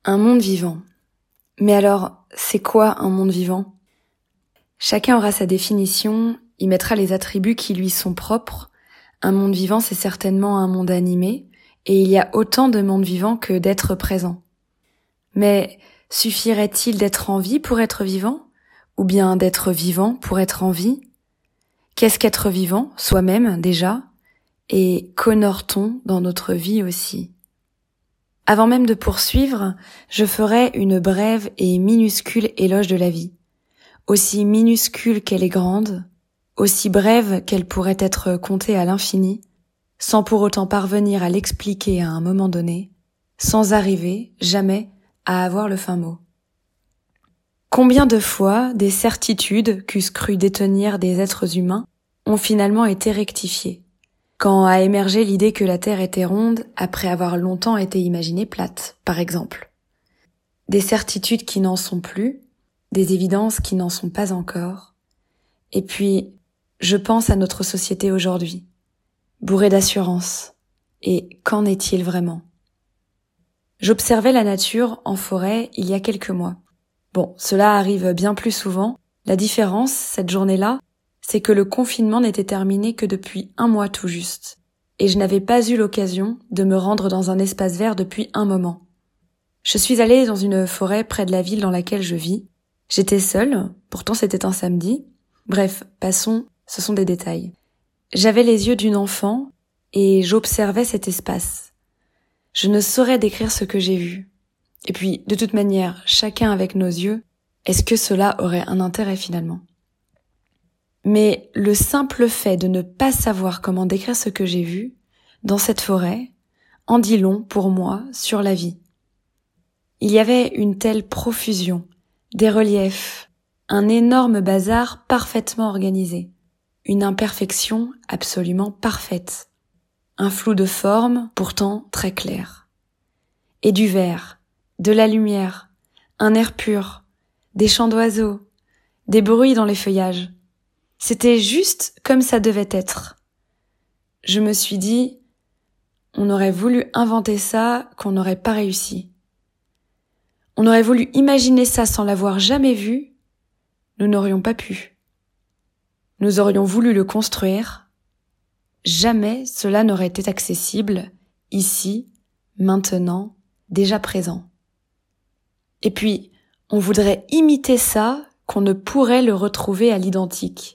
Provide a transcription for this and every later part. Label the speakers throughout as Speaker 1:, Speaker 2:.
Speaker 1: Un monde vivant. Mais alors, c'est quoi un monde vivant ? Chacun aura sa définition, y mettra les attributs qui lui sont propres. Un monde vivant, c'est certainement un monde animé, et il y a autant de mondes vivants que d'êtres présents. Mais suffirait-il d'être en vie pour être vivant ? Ou bien d'être vivant pour être en vie ? Qu'est-ce qu'être vivant, soi-même déjà ? Et qu'honore-t-on dans notre vie aussi ? Avant même de poursuivre, je ferai une brève et minuscule éloge de la vie. Aussi minuscule qu'elle est grande, aussi brève qu'elle pourrait être comptée à l'infini, sans pour autant parvenir à l'expliquer à un moment donné, sans arriver, jamais, à avoir le fin mot. Combien de fois des certitudes qu'eussent cru détenir des êtres humains ont finalement été rectifiées, quand a émergé l'idée que la Terre était ronde après avoir longtemps été imaginée plate, par exemple. Des certitudes qui n'en sont plus, des évidences qui n'en sont pas encore. Et puis, je pense à notre société aujourd'hui, bourrée d'assurance. Et qu'en est-il vraiment ? J'observais la nature en forêt il y a quelques mois. Bon, cela arrive bien plus souvent. La différence, cette journée-là, c'est que le confinement n'était terminé que depuis 1 mois tout juste. Et je n'avais pas eu l'occasion de me rendre dans un espace vert depuis un moment. Je suis allée dans une forêt près de la ville dans laquelle je vis. J'étais seule, pourtant c'était un samedi. Bref, passons, ce sont des détails. J'avais les yeux d'une enfant et j'observais cet espace. Je ne saurais décrire ce que j'ai vu. Et puis, de toute manière, chacun avec nos yeux, est-ce que cela aurait un intérêt finalement ? Mais le simple fait de ne pas savoir comment décrire ce que j'ai vu dans cette forêt en dit long pour moi sur la vie. Il y avait une telle profusion, des reliefs, un énorme bazar parfaitement organisé, une imperfection absolument parfaite, un flou de formes pourtant très clair, et du vert, de la lumière, un air pur, des chants d'oiseaux, des bruits dans les feuillages. C'était juste comme ça devait être. Je me suis dit, on aurait voulu inventer ça qu'on n'aurait pas réussi. On aurait voulu imaginer ça sans l'avoir jamais vu, nous n'aurions pas pu. Nous aurions voulu le construire, jamais cela n'aurait été accessible, ici, maintenant, déjà présent. Et puis, on voudrait imiter ça qu'on ne pourrait le retrouver à l'identique.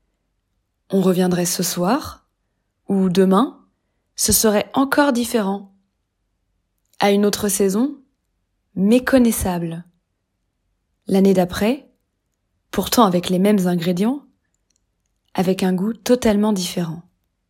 Speaker 1: On reviendrait ce soir, ou demain, ce serait encore différent. À une autre saison, méconnaissable. L'année d'après, pourtant avec les mêmes ingrédients, avec un goût totalement différent.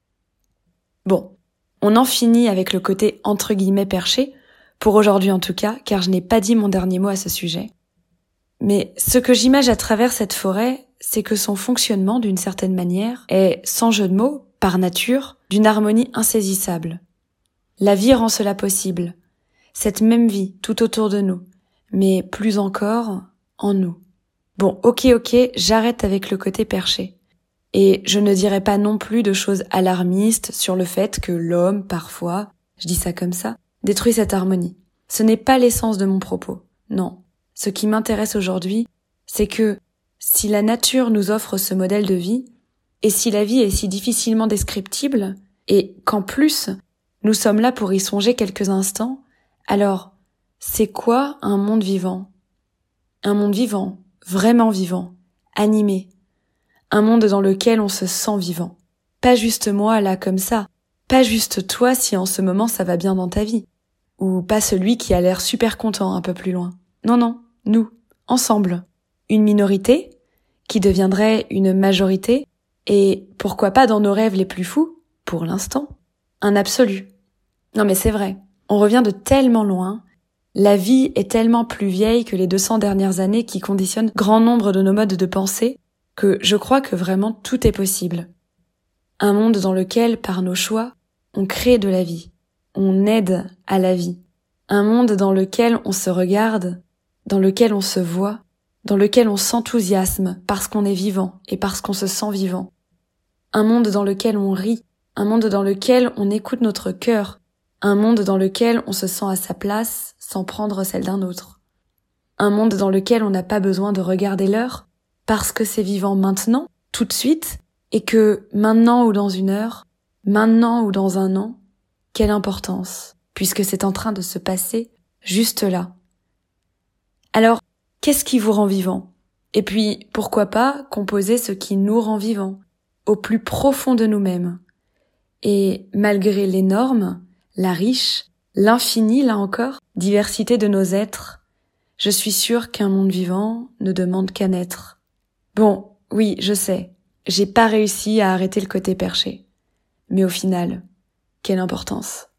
Speaker 1: Bon, on en finit avec le côté entre guillemets perché, pour aujourd'hui en tout cas, car je n'ai pas dit mon dernier mot à ce sujet. Mais ce que j'imagine à travers cette forêt, c'est que son fonctionnement, d'une certaine manière, est, sans jeu de mots, par nature, d'une harmonie insaisissable. La vie rend cela possible, cette même vie tout autour de nous, mais plus encore, en nous. Bon, ok, j'arrête avec le côté perché. Et je ne dirai pas non plus de choses alarmistes sur le fait que l'homme, parfois, je dis ça comme ça, détruit cette harmonie. Ce n'est pas l'essence de mon propos, non. Ce qui m'intéresse aujourd'hui, c'est que si la nature nous offre ce modèle de vie, et si la vie est si difficilement descriptible, et qu'en plus, nous sommes là pour y songer quelques instants, alors, c'est quoi un monde vivant ? Un monde vivant, vraiment vivant, animé. Un monde dans lequel on se sent vivant. Pas juste moi là comme ça, pas juste toi si en ce moment ça va bien dans ta vie, ou pas celui qui a l'air super content un peu plus loin. Non, nous, ensemble. Une minorité qui deviendrait une majorité, et pourquoi pas dans nos rêves les plus fous, pour l'instant, un absolu. Non mais c'est vrai, on revient de tellement loin, la vie est tellement plus vieille que les 200 dernières années qui conditionnent grand nombre de nos modes de pensée, que je crois que vraiment tout est possible. Un monde dans lequel, par nos choix, on crée de la vie, on aide à la vie. Un monde dans lequel on se regarde, dans lequel on se voit, dans lequel on s'enthousiasme parce qu'on est vivant et parce qu'on se sent vivant. Un monde dans lequel on rit, un monde dans lequel on écoute notre cœur, un monde dans lequel on se sent à sa place sans prendre celle d'un autre. Un monde dans lequel on n'a pas besoin de regarder l'heure, parce que c'est vivant maintenant, tout de suite, et que maintenant ou dans une heure, maintenant ou dans un an, quelle importance, puisque c'est en train de se passer juste là. Alors, qu'est-ce qui vous rend vivant? Et puis, pourquoi pas composer ce qui nous rend vivants, au plus profond de nous-mêmes. Et malgré l'énorme, la riche, l'infinie, là encore, diversité de nos êtres, je suis sûre qu'un monde vivant ne demande qu'à naître. Bon, oui, je sais, j'ai pas réussi à arrêter le côté perché. Mais au final, quelle importance.